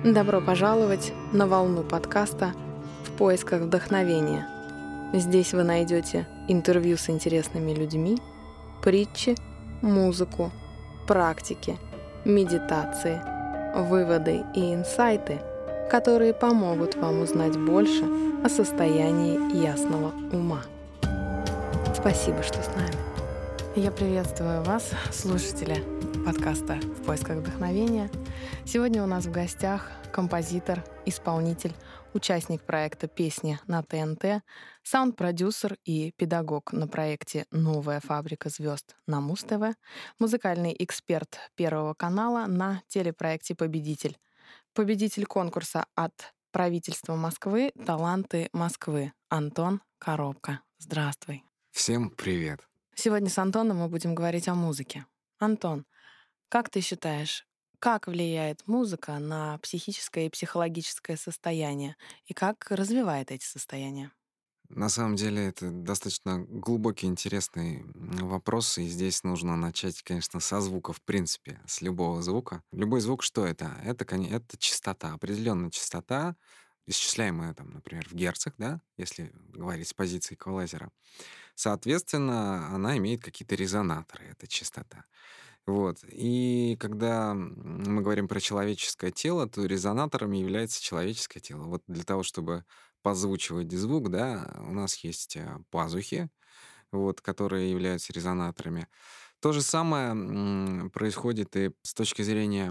Добро пожаловать на волну подкаста «В поисках вдохновения». Здесь вы найдете интервью с интересными людьми, притчи, музыку, практики, медитации, выводы и инсайты, которые помогут вам узнать больше о состоянии ясного ума. Спасибо, что с нами. Я приветствую вас, слушатели подкаста «В поисках вдохновения». Сегодня у нас в гостях композитор, исполнитель, участник проекта «Песни на ТНТ», саунд-продюсер и педагог на проекте «Новая фабрика звезд» на Муз-ТВ, музыкальный эксперт Первого канала на телепроекте «Победитель», победитель конкурса от правительства Москвы «Таланты Москвы» Антон Коробко. Здравствуй. Всем привет. Сегодня с Антоном мы будем говорить о музыке. Антон, как ты считаешь, как влияет музыка на психическое и психологическое состояние, и как развивает эти состояния? На самом деле это достаточно глубокий, интересный вопрос, и здесь нужно начать, конечно, со звука, в принципе, с любого звука. Любой звук, что это? Это частота, определенная частота, исчисляемая, там, например, в герцах, да, если говорить с позиции эквалайзера. Соответственно, она имеет какие-то резонаторы, эта частота. Вот. И когда мы говорим про человеческое тело, то резонатором является человеческое тело. Вот для того, чтобы позвучивать звук, да, у нас есть пазухи, вот, которые являются резонаторами. То же самое происходит и с точки зрения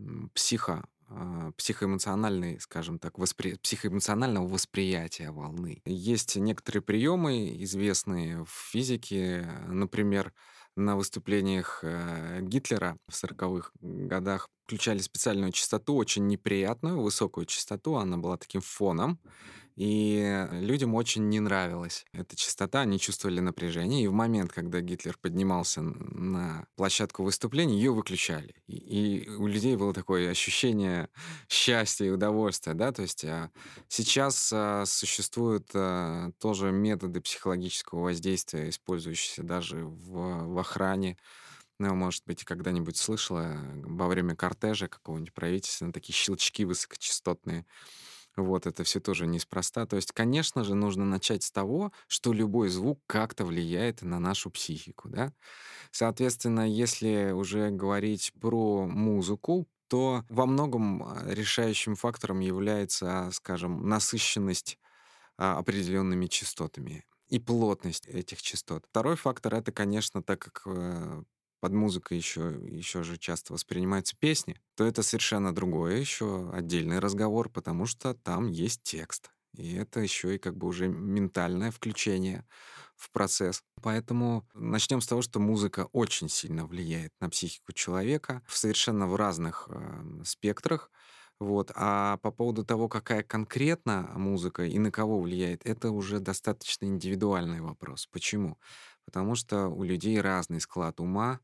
психоэмоциональной, скажем так, психоэмоционального восприятия волны. Есть некоторые приемы, известные в физике, например, на выступлениях Гитлера в 40-х годах включали специальную частоту, очень неприятную, высокую частоту, она была таким фоном, и людям очень не нравилась эта частота, они чувствовали напряжение, и в момент, когда Гитлер поднимался на площадку выступления, ее выключали. И у людей было такое ощущение счастья и удовольствия, да, то есть сейчас существуют тоже методы психологического воздействия, использующиеся даже в охране. Ну, может быть, когда-нибудь слышала во время кортежа какого-нибудь правительства такие щелчки высокочастотные. Вот, это все тоже неспроста. То есть, конечно же, нужно начать с того, что любой звук как-то влияет на нашу психику, да. Соответственно, если уже говорить про музыку, то во многом решающим фактором является, скажем, насыщенность определенными частотами и плотность этих частот. Второй фактор — это, конечно, так как под музыкой еще же часто воспринимаются песни, то это совершенно другое еще отдельный разговор, потому что там есть текст. И это еще и как бы уже ментальное включение в процесс. Поэтому начнем с того, что музыка очень сильно влияет на психику человека совершенно в разных спектрах. Вот. А по поводу того, какая конкретно музыка и на кого влияет, это уже достаточно индивидуальный вопрос. Почему? Потому что у людей разный склад ума,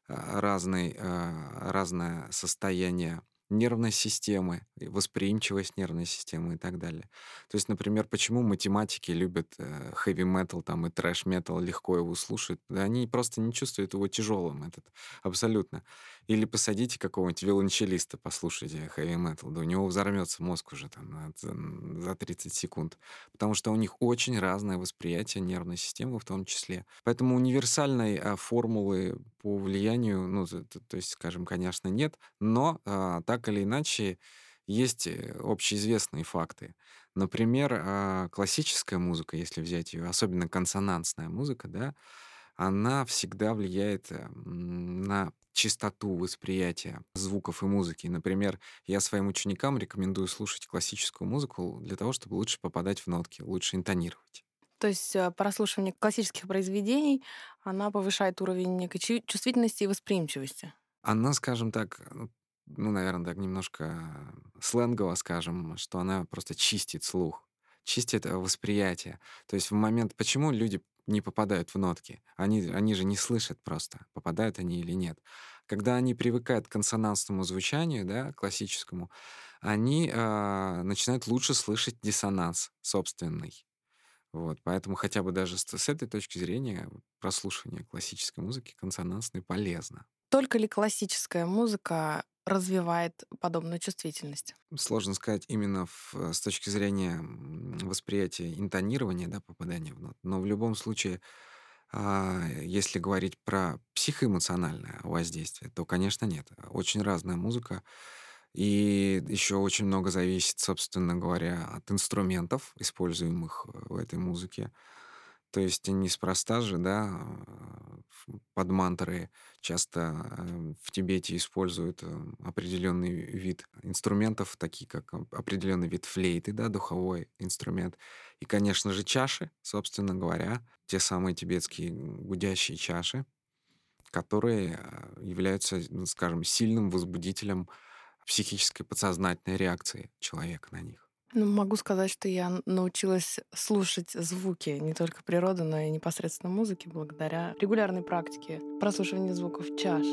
разное состояние нервной системы, и восприимчивость нервной системы и так далее. То есть, например, почему математики любят хэви-метал там, и трэш-метал, легко его слушают? Да они просто не чувствуют его тяжелым, этот, абсолютно. Или посадите какого-нибудь виолончелиста, послушайте хэви-метал, да у него взорвется мозг уже там за 30 секунд, потому что у них очень разное восприятие нервной системы в том числе. Поэтому универсальной формулы по влиянию, ну, то есть, скажем, конечно, нет, но так или иначе есть общеизвестные факты. Например, классическая музыка, если взять ее, особенно консонансная музыка, да, она всегда влияет на чистоту восприятия звуков и музыки. Например, я своим ученикам рекомендую слушать классическую музыку для того, чтобы лучше попадать в нотки, лучше интонировать. То есть прослушивание классических произведений, она повышает уровень некой чувствительности и восприимчивости. Она, скажем так, ну, наверное, так немножко сленгово скажем, что она просто чистит слух, чистит восприятие. То есть в момент, почему люди не попадают в нотки? Они же не слышат просто, попадают они или нет. Когда они привыкают к консонансному звучанию, да, классическому, они начинают лучше слышать диссонанс собственный. Вот, поэтому хотя бы даже с этой точки зрения прослушивание классической музыки консонансной полезно. Только ли классическая музыка развивает подобную чувствительность? Сложно сказать именно с точки зрения восприятия интонирования, да, попадания в ноту. Но в любом случае, если говорить про психоэмоциональное воздействие, то, конечно, нет. Очень разная музыка. И еще очень много зависит, собственно говоря, от инструментов, используемых в этой музыке. То есть неспроста же, да, под мантры часто в Тибете используют определенный вид инструментов, такие как определенный вид флейты, да, духовой инструмент. И, конечно же, чаши, собственно говоря, те самые тибетские гудящие чаши, которые являются, ну, скажем, сильным возбудителем психической подсознательной реакции человека на них. Ну, могу сказать, что я научилась слушать звуки не только природы, но и непосредственно музыки благодаря регулярной практике прослушивания звуков чаш.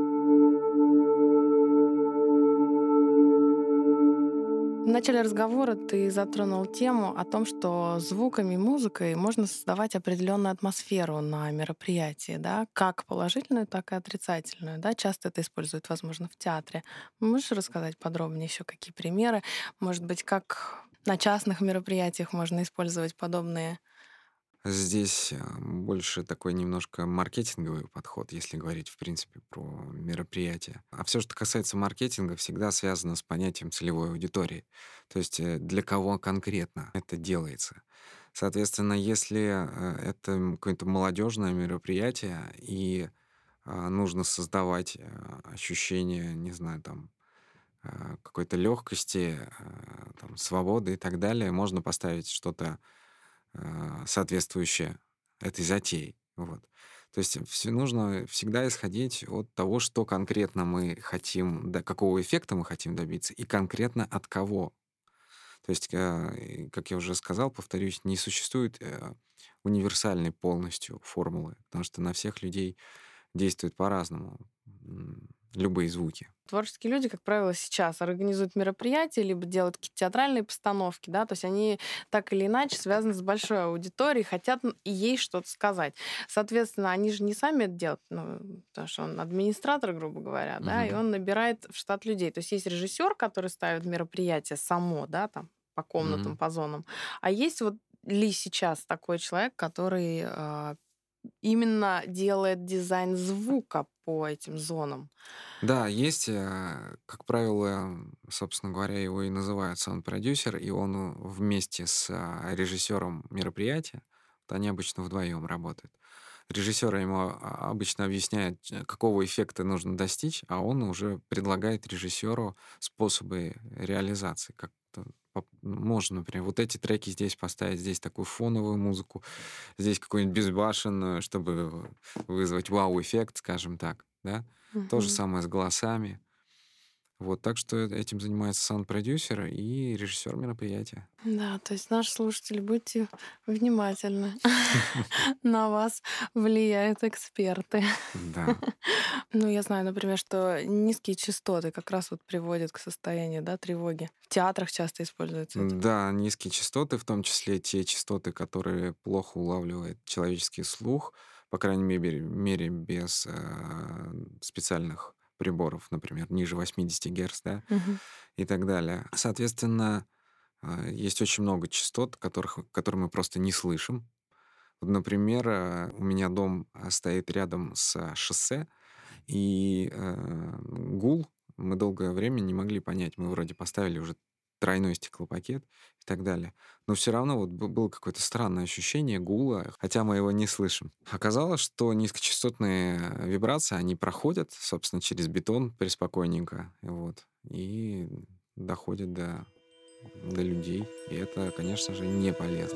В начале разговора ты затронул тему о том, что звуками и музыкой можно создавать определенную атмосферу на мероприятии, да, как положительную, так и отрицательную. Да. Часто это используют, возможно, в театре. Можешь рассказать подробнее еще какие примеры? Может быть, как на частных мероприятиях можно использовать подобные? Здесь больше такой немножко маркетинговый подход, если говорить, в принципе, про мероприятия. А все, что касается маркетинга, всегда связано с понятием целевой аудитории. То есть для кого конкретно это делается. Соответственно, если это какое-то молодежное мероприятие и нужно создавать ощущение, не знаю, там, какой-то легкости, там, свободы и так далее, можно поставить что-то соответствующее этой затее. Вот. То есть нужно всегда исходить от того, что конкретно мы хотим, какого эффекта мы хотим добиться и конкретно от кого. То есть, и как я уже сказал, повторюсь, не существует универсальной полностью формулы, потому что на всех людей действуют по-разному любые звуки. Творческие люди, как правило, сейчас организуют мероприятия, либо делают какие-то театральные постановки, да, то есть они так или иначе связаны с большой аудиторией, хотят и ей что-то сказать. Соответственно, они же не сами это делают, ну, потому что он администратор, грубо говоря, да, и Мгм. он набирает в штат людей. То есть есть режиссер, который ставит мероприятие само, да, там, по комнатам, Мгм. по зонам. А есть вот ли сейчас такой человек, который именно делает дизайн звука по этим зонам? Да, есть, как правило, собственно говоря, его и называют саунд-продюсер, и он вместе с режиссером мероприятия, вот они обычно вдвоем работают. Режиссер ему обычно объясняет, какого эффекта нужно достичь, а он уже предлагает режиссеру способы реализации. Можно, например, вот эти треки здесь поставить, здесь такую фоновую музыку, здесь какую-нибудь безбашенную, чтобы вызвать вау-эффект, скажем так, да. То же Мгм. самое с голосами. Вот, так что этим занимается саунд-продюсер и режиссер мероприятия. Да, то есть наши слушатели, будьте внимательны. На вас влияют эксперты. Да. Ну, я знаю, например, что низкие частоты как раз вот приводят к состоянию, да, тревоги. В театрах часто используется это. Да, низкие частоты, в том числе те частоты, которые плохо улавливает человеческий слух, по крайней мере без специальных приборов, например, ниже 80 Гц, да, Мгм. и так далее. Соответственно, есть очень много частот, которые мы просто не слышим. Вот, например, у меня дом стоит рядом с шоссе, и гул мы долгое время не могли понять. Мы вроде поставили уже тройной стеклопакет и так далее. Но все равно вот было какое-то странное ощущение гула, хотя мы его не слышим. Оказалось, что низкочастотные вибрации, они проходят, собственно, через бетон преспокойненько, вот, и доходят до людей. И это, конечно же, не полезно.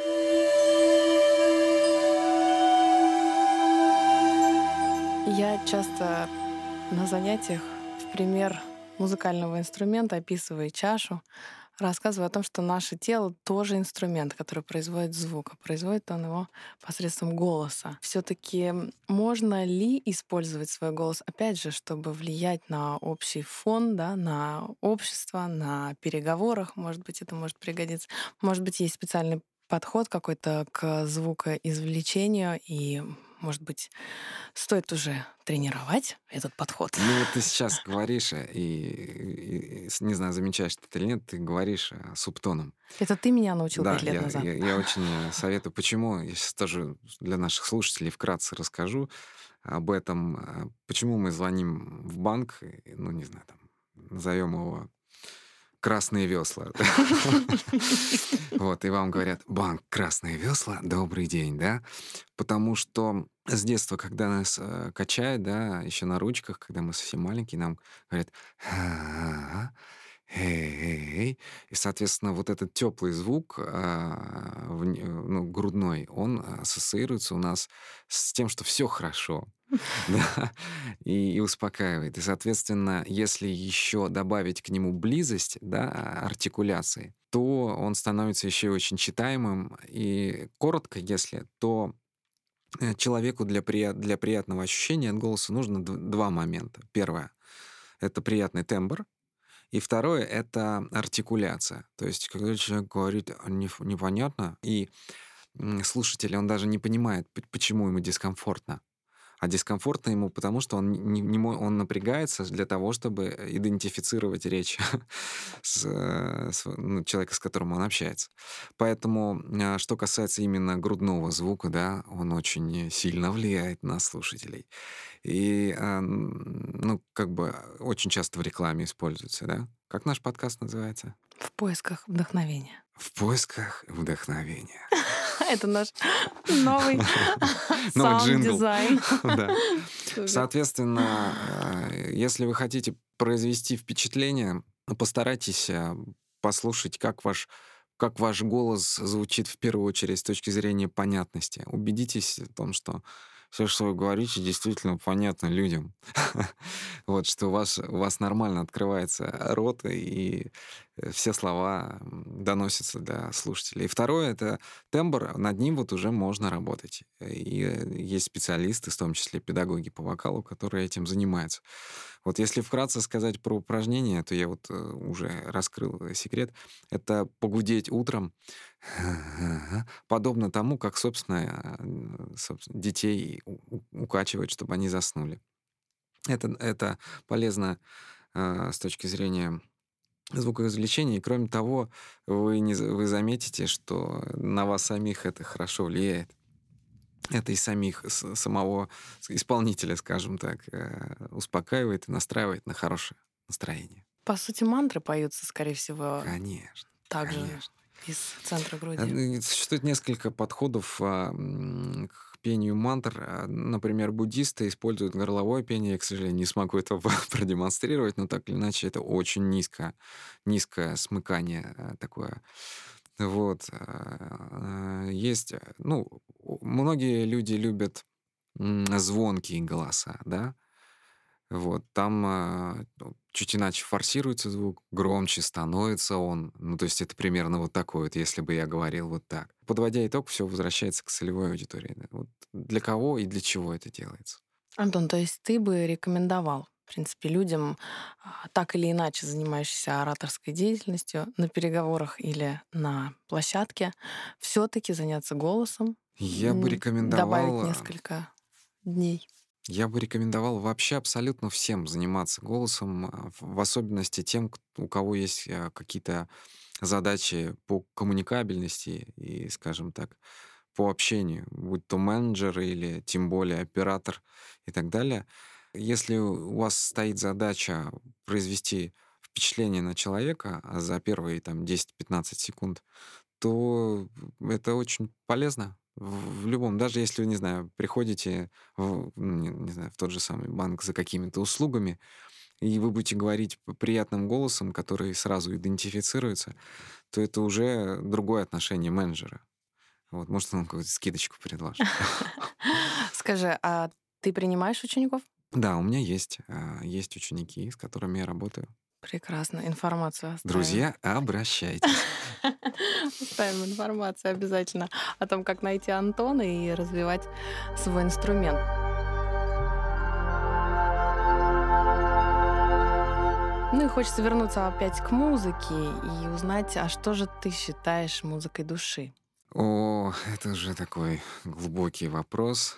Я часто на занятиях в пример музыкального инструмента, описывая чашу, рассказываю о том, что наше тело тоже инструмент, который производит звук, а производит он его посредством голоса. Все-таки можно ли использовать свой голос, опять же, чтобы влиять на общий фон, да, на общество, на переговорах, может быть, это может пригодиться. Может быть, есть специальный подход какой-то к звукоизвлечению, и может быть, стоит уже тренировать этот подход? Ну, вот ты сейчас говоришь, не знаю, замечаешь ты это или нет, ты говоришь субтоном. Это ты меня научил Да, 5 лет назад. я очень советую. Почему? Я сейчас тоже для наших слушателей вкратце расскажу об этом. Почему мы звоним в банк, ну, не знаю, там, назовем его «Красные весла». Вот, и вам говорят: «Банк «Красные весла», добрый день», да? Потому что с детства, когда нас качают, да, еще на ручках, когда мы совсем маленькие, нам говорят: «А, эй». И, соответственно, вот этот теплый звук, ну, грудной, он ассоциируется у нас с тем, что все хорошо. Да, и успокаивает. И, соответственно, если еще добавить к нему близость, да, артикуляции, то он становится еще и очень читаемым. И коротко, если, то человеку для приятного ощущения от голоса нужно два момента. Первое — это приятный тембр, и второе — это артикуляция. То есть, когда человек говорит непонятно, и слушатель, он даже не понимает, почему ему дискомфортно. А дискомфортно ему, потому что он он напрягается для того, чтобы идентифицировать речь ну, человека, с которым он общается. Поэтому, что касается именно грудного звука, да, он очень сильно влияет на слушателей. И, ну, как бы очень часто в рекламе используется, да? Как наш подкаст называется? В поисках вдохновения. В поисках вдохновения. Это наш новый Новый джингл. саунд-дизайн. Да. Супер. Соответственно, если вы хотите произвести впечатление, постарайтесь послушать, как ваш голос звучит в первую очередь с точки зрения понятности. Убедитесь в том, что все, что вы говорите, действительно понятно людям. Вот, что у вас нормально открывается рот, и все слова доносятся до слушателей. И второе — это тембр. Над ним вот уже можно работать. И есть специалисты, в том числе педагоги по вокалу, которые этим занимаются. Вот если вкратце сказать про упражнения, то я вот уже раскрыл секрет. Это погудеть утром, подобно тому, как, собственно, детей укачивать, чтобы они заснули. Это полезно с точки зрения звукоизвлечения. И кроме того, вы заметите, что на вас самих это хорошо влияет. Это и самого исполнителя, скажем так, успокаивает и настраивает на хорошее настроение. По сути, мантры поются, скорее всего, Конечно, также конечно. из центра груди. Существует несколько подходов к пению мантр. Например, буддисты используют горловое пение. Я, к сожалению, не смогу это продемонстрировать, но так или иначе это очень низкое смыкание такое. Вот. Есть, ну, многие люди любят звонкие голоса, да? Вот, там чуть иначе форсируется звук, громче становится он. Ну, то есть это примерно вот такой вот, если бы я говорил вот так. Подводя итог, все возвращается к целевой аудитории. Да. Вот для кого и для чего это делается? Антон, то есть ты бы рекомендовал, в принципе, людям, так или иначе занимающимся ораторской деятельностью на переговорах или на площадке, все-таки заняться голосом, Я бы добавить рекомендовал несколько дней? Я бы рекомендовал вообще абсолютно всем заниматься голосом, в особенности тем, у кого есть какие-то задачи по коммуникабельности и, скажем так, по общению, будь то менеджер или тем более оператор и так далее. Если у вас стоит задача произвести впечатление на человека за первые там 10-15 секунд, то это очень полезно в любом. Даже если вы, не знаю, приходите не знаю, в тот же самый банк за какими-то услугами, и вы будете говорить приятным голосом, который сразу идентифицируется, то это уже другое отношение менеджера. Вот, может, он какую-то скидочку предложит. Скажи, а ты принимаешь учеников? Да, у меня есть ученики, с которыми я работаю. Прекрасно, информацию оставим. Друзья, обращайтесь. Оставим информацию обязательно о том, как найти Антона и развивать свой инструмент. Ну и хочется вернуться опять к музыке и узнать, а что же ты считаешь музыкой души? О, это уже такой глубокий вопрос.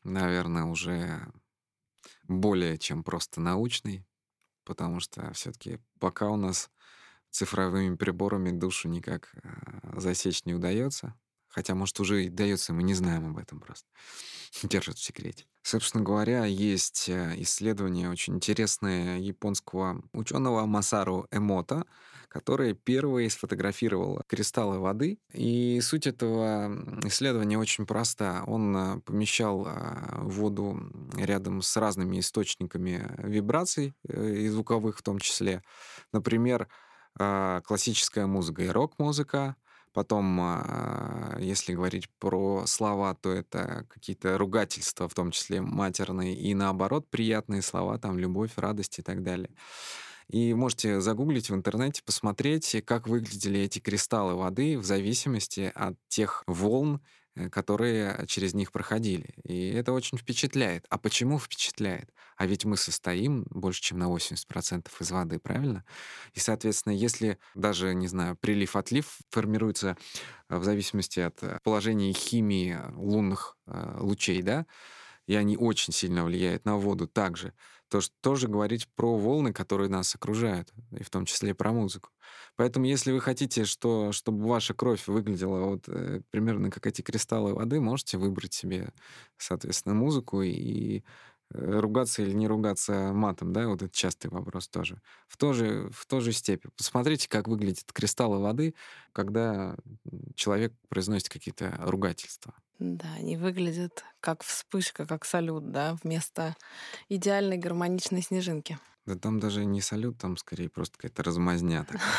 наверное, уже более чем просто научный, потому что все-таки пока у нас цифровыми приборами душу никак засечь не удается. Хотя, может, уже и дается, мы не знаем об этом просто. Держат в секрете. Собственно говоря, есть исследование очень интересное японского ученого Масару Эмото, который первый сфотографировал кристаллы воды. И суть этого исследования очень проста. Он помещал воду рядом с разными источниками вибраций, и звуковых в том числе. Например, классическая музыка и рок-музыка. Потом, если говорить про слова, то это какие-то ругательства, в том числе матерные, и наоборот, приятные слова, там, любовь, радость и так далее. И можете загуглить в интернете, посмотреть, как выглядели эти кристаллы воды в зависимости от тех волн, которые через них проходили. И это очень впечатляет. А почему впечатляет? А ведь мы состоим больше, чем на 80% из воды, правильно? И, соответственно, если даже, не знаю, прилив-отлив формируется в зависимости от положения химии лунных лучей, да, и они очень сильно влияют на воду также, то что тоже говорить про волны, которые нас окружают, и в том числе про музыку. Поэтому если вы хотите, чтобы ваша кровь выглядела вот примерно как эти кристаллы воды, можете выбрать себе, соответственно, музыку и ругаться или не ругаться матом, да, вот это частый вопрос тоже. В той же степи. Посмотрите, как выглядят кристаллы воды, когда человек произносит какие-то ругательства. Да, они выглядят как вспышка, как салют, да, вместо идеальной гармоничной снежинки. Да там даже не салют, там скорее просто какая-то размазня такая.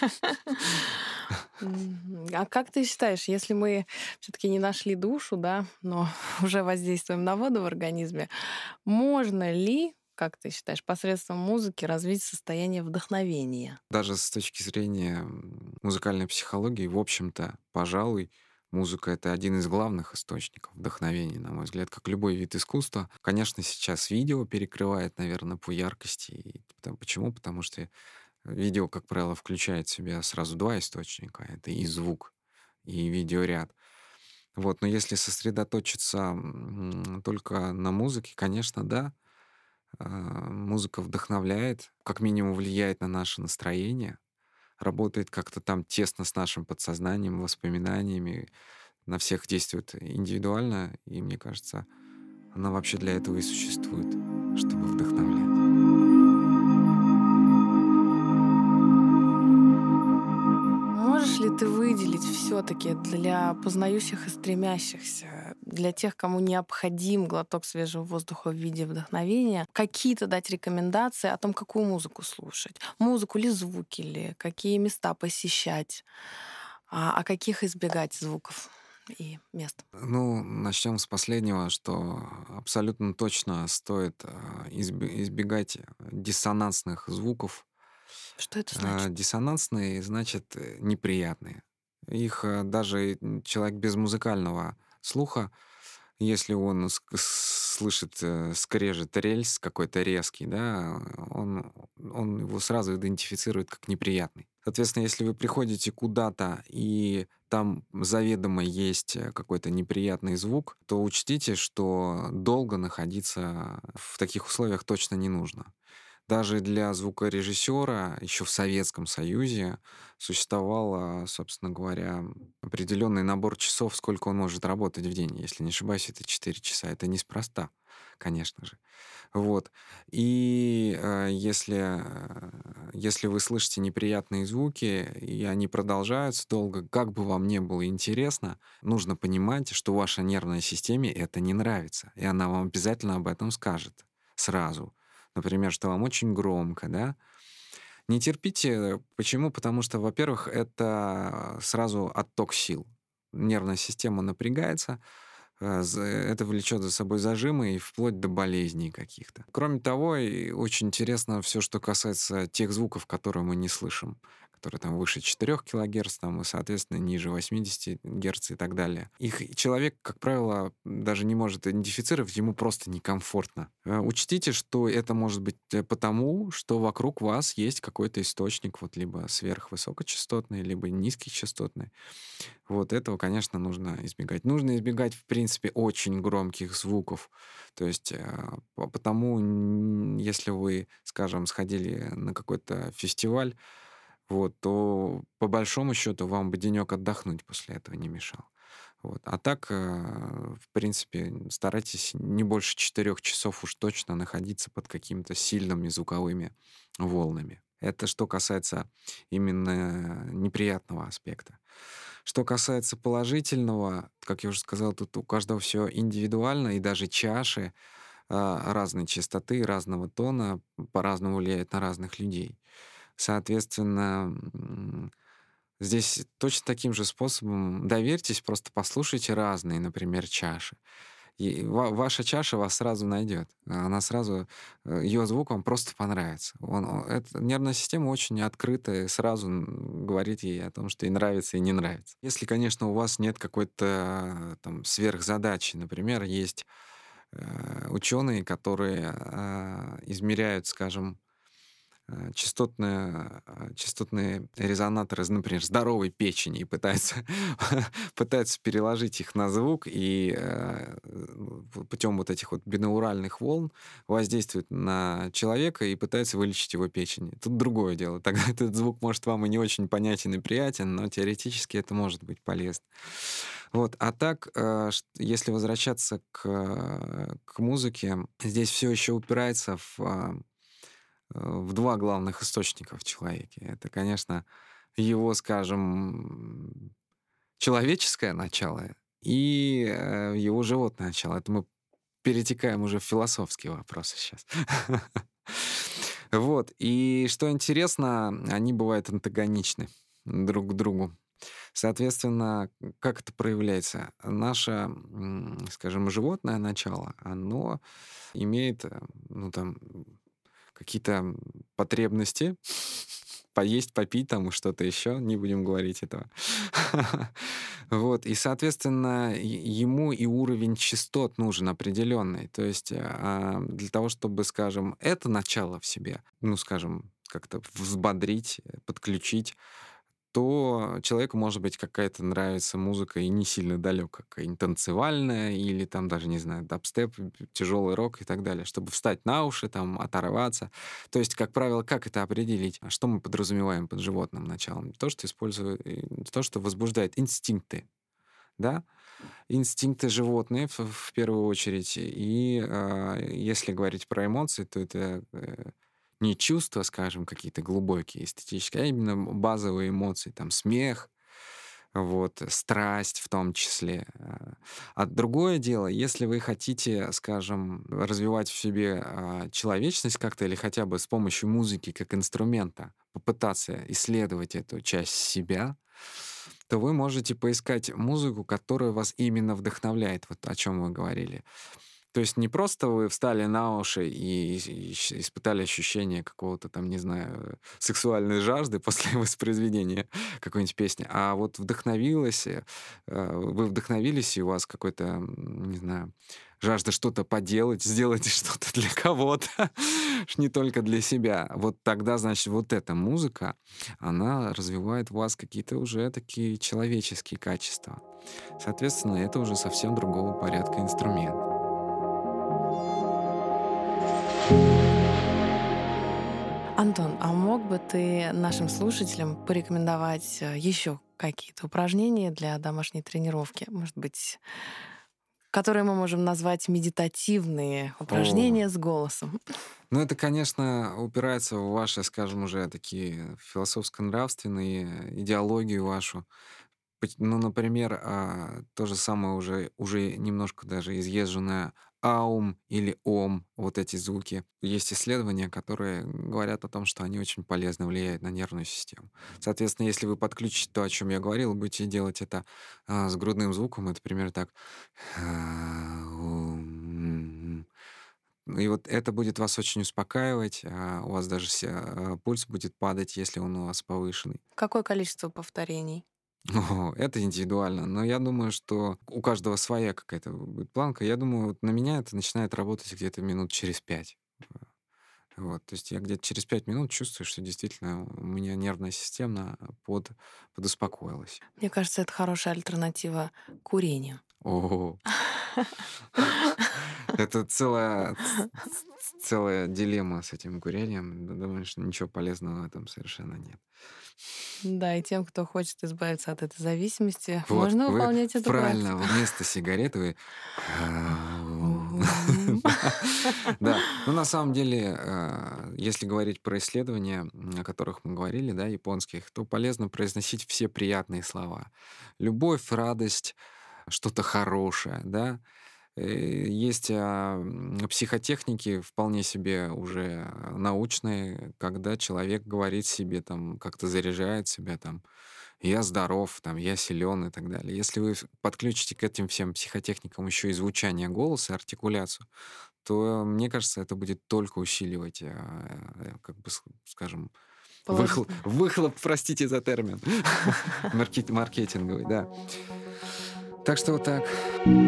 А как ты считаешь, если мы все таки не нашли душу, да, но уже воздействуем на воду в организме, можно ли, как ты считаешь, посредством музыки развить состояние вдохновения? Даже с точки зрения музыкальной психологии, в общем-то, пожалуй, музыка — это один из главных источников вдохновения, на мой взгляд, как любой вид искусства. Конечно, сейчас видео перекрывает, наверное, по яркости. Почему? Потому что видео, как правило, включает в себя сразу два источника. Это и звук, и видеоряд. Вот, но если сосредоточиться только на музыке, конечно, да, музыка вдохновляет, как минимум влияет на наше настроение, работает как-то там тесно с нашим подсознанием, воспоминаниями, на всех действует индивидуально, и мне кажется, она вообще для этого и существует, чтобы вдохновлять. Можешь ли ты выделить все таки для познающих и стремящихся, для тех, кому необходим глоток свежего воздуха в виде вдохновения, какие-то дать рекомендации о том, какую музыку слушать? Музыку ли, звуки ли, какие места посещать, а каких избегать звуков и мест? Ну, начнем с последнего, что абсолютно точно стоит избегать диссонансных звуков. Что это значит? Диссонансные значит неприятные. Их даже человек без музыкального слуха, если он слышит скрежет рельс какой-то резкий, да, он его сразу идентифицирует как неприятный. Соответственно, если вы приходите куда-то и там заведомо есть какой-то неприятный звук, то учтите, что долго находиться в таких условиях точно не нужно. Даже для звукорежиссера еще в Советском Союзе существовал, собственно говоря, определенный набор часов, сколько он может работать в день. Если не ошибаюсь, это 4 часа. Это неспроста, конечно же. Вот. И если вы слышите неприятные звуки, и они продолжаются долго, как бы вам не было интересно, нужно понимать, что вашей нервной системе это не нравится, и она вам обязательно об этом скажет сразу. Например, что вам очень громко, да? Не терпите. Почему? Потому что, во-первых, это сразу отток сил. Нервная система напрягается, это влечет за собой зажимы и вплоть до болезней каких-то. Кроме того, и очень интересно все, что касается тех звуков, которые мы не слышим, которые там выше 4 килогерц, там, и, соответственно, ниже 80 герц и так далее. Их человек, как правило, даже не может идентифицировать, ему просто некомфортно. Учтите, что это может быть потому, что вокруг вас есть какой-то источник, вот либо сверхвысокочастотный, либо низкочастотный. Вот этого, конечно, нужно избегать. Нужно избегать, в принципе, очень громких звуков. То есть, потому, если вы, скажем, сходили на какой-то фестиваль, вот, то по большому счету вам бы денек отдохнуть после этого не мешал. Вот. А так, в принципе, старайтесь не больше 4 часов уж точно находиться под какими-то сильными звуковыми волнами. Это что касается именно неприятного аспекта. Что касается положительного, как я уже сказал, тут у каждого все индивидуально, и даже чаши разной частоты, разного тона по-разному влияют на разных людей. Соответственно, здесь точно таким же способом доверьтесь, просто послушайте разные, например, чаши. И ваша чаша вас сразу найдет. Она сразу, ее звук вам просто понравится. Нервная система очень открытая, сразу говорит ей о том, что ей нравится и не нравится. Если, конечно, у вас нет какой-то там сверхзадачи, например, есть ученые, которые измеряют, скажем, частотные резонаторы, например, здоровой печени и пытаются, пытаются переложить их на звук и путем вот этих вот бинауральных волн воздействуют на человека и пытаются вылечить его печень. Тут другое дело. Тогда этот звук может вам и не очень понятен и приятен, но теоретически это может быть полезно. Вот. А так, если возвращаться к музыке, здесь все еще упирается в два главных источника в человеке. Это, конечно, его, скажем, человеческое начало и его животное начало. Это мы перетекаем уже в философские вопросы сейчас. Вот. И что интересно, они бывают антагоничны друг к другу. Соответственно, как это проявляется? Наше, скажем, животное начало, оно имеет, ну, там, какие-то потребности, поесть, попить там и что-то еще, не будем говорить этого. Вот, и, соответственно, ему и уровень частот нужен определенный. То есть для того, чтобы, скажем, это начало в себе, ну, скажем, как-то взбодрить, подключить, то человеку, может быть, какая-то нравится музыка и не сильно далекая, какая-нибудь танцевальная или там даже, не знаю, дабстеп, тяжелый рок и так далее, чтобы встать на уши, там, оторваться. То есть, как правило, как это определить? Что мы подразумеваем под животным началом? То, что использует, то, что возбуждает инстинкты, да? Инстинкты животные в первую очередь. И если говорить про эмоции, то это не чувства, скажем, какие-то глубокие, эстетические, а именно базовые эмоции, там смех, вот, страсть в том числе. А другое дело, если вы хотите, скажем, развивать в себе человечность как-то или хотя бы с помощью музыки как инструмента попытаться исследовать эту часть себя, то вы можете поискать музыку, которая вас именно вдохновляет, вот о чем вы говорили. То есть не просто вы встали на уши и испытали ощущение какого-то там, не знаю, сексуальной жажды после воспроизведения какой-нибудь песни, а вот вы вдохновились, и у вас какой-то, не знаю, жажда что-то поделать, сделать что-то для кого-то, не только для себя. Вот тогда, значит, вот эта музыка, она развивает в вас какие-то уже такие человеческие качества. Соответственно, это уже совсем другого порядка инструмент. Антон, а мог бы ты нашим слушателям порекомендовать еще какие-то упражнения для домашней тренировки? Может быть, которые мы можем назвать медитативные О, упражнения с голосом? ну это, конечно, упирается в ваши, скажем, уже такие философско-нравственные идеологию вашу. Ну, например, то же самое уже немножко даже изъезженное аум или ом, вот эти звуки. Есть исследования, которые говорят о том, что они очень полезно влияют на нервную систему. Соответственно, если вы подключите то, о чем я говорил, будете делать это с грудным звуком, это примерно так. И вот это будет вас очень успокаивать, у вас даже пульс будет падать, если он у вас повышенный. Какое количество повторений? Это индивидуально, но я думаю, что у каждого своя какая-то будет планка. Я думаю, вот на меня это начинает работать где-то минут через 5. Вот, то есть я где-то через 5 минут чувствую, что действительно у меня нервная система подуспокоилась. Мне кажется, это хорошая альтернатива курению. О, это целая дилемма с этим курением. Думаю, что ничего полезного в этом совершенно нет. Да, и тем, кто хочет избавиться от этой зависимости, Вот, можно вы выполнять эту правильно, практику. вместо сигареты вы Ум. Да, но на самом деле, если говорить про исследования, о которых мы говорили, да, японских, то полезно произносить все приятные слова. Любовь, радость, что-то хорошее, да. Есть, психотехники вполне себе уже научные, когда человек говорит себе там, как-то заряжает себя там: "Я здоров", там, "Я силен" и так далее. Если вы подключите к этим всем психотехникам еще и звучание голоса, артикуляцию, то, мне кажется, это будет только усиливать, как бы, скажем, Положительно. выхлоп, простите за термин, маркетинговый, да. Так что вот так.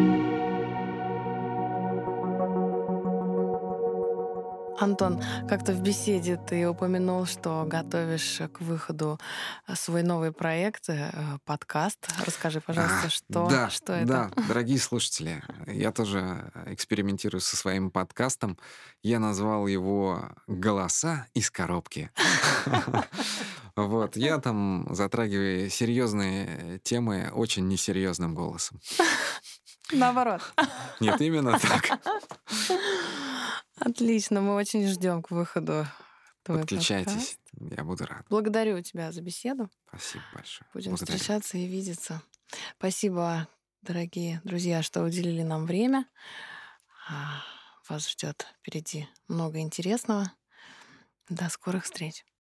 Антон, как-то в беседе ты упомянул, что готовишь к выходу свой новый проект, подкаст. Расскажи, пожалуйста, Да, что это? да, дорогие слушатели, я тоже экспериментирую со своим подкастом. Я назвал его "Голоса из коробки". Вот, я там затрагиваю серьезные темы очень несерьезным голосом. Наоборот. Нет, именно так. Отлично, мы очень ждем к выходу твой Подключайтесь, подкаст. я буду рад. Благодарю тебя за беседу. Спасибо большое. Будем Благодарю. встречаться и видеться. Спасибо, дорогие друзья, что уделили нам время. А, Вас ждет впереди много интересного. До скорых встреч.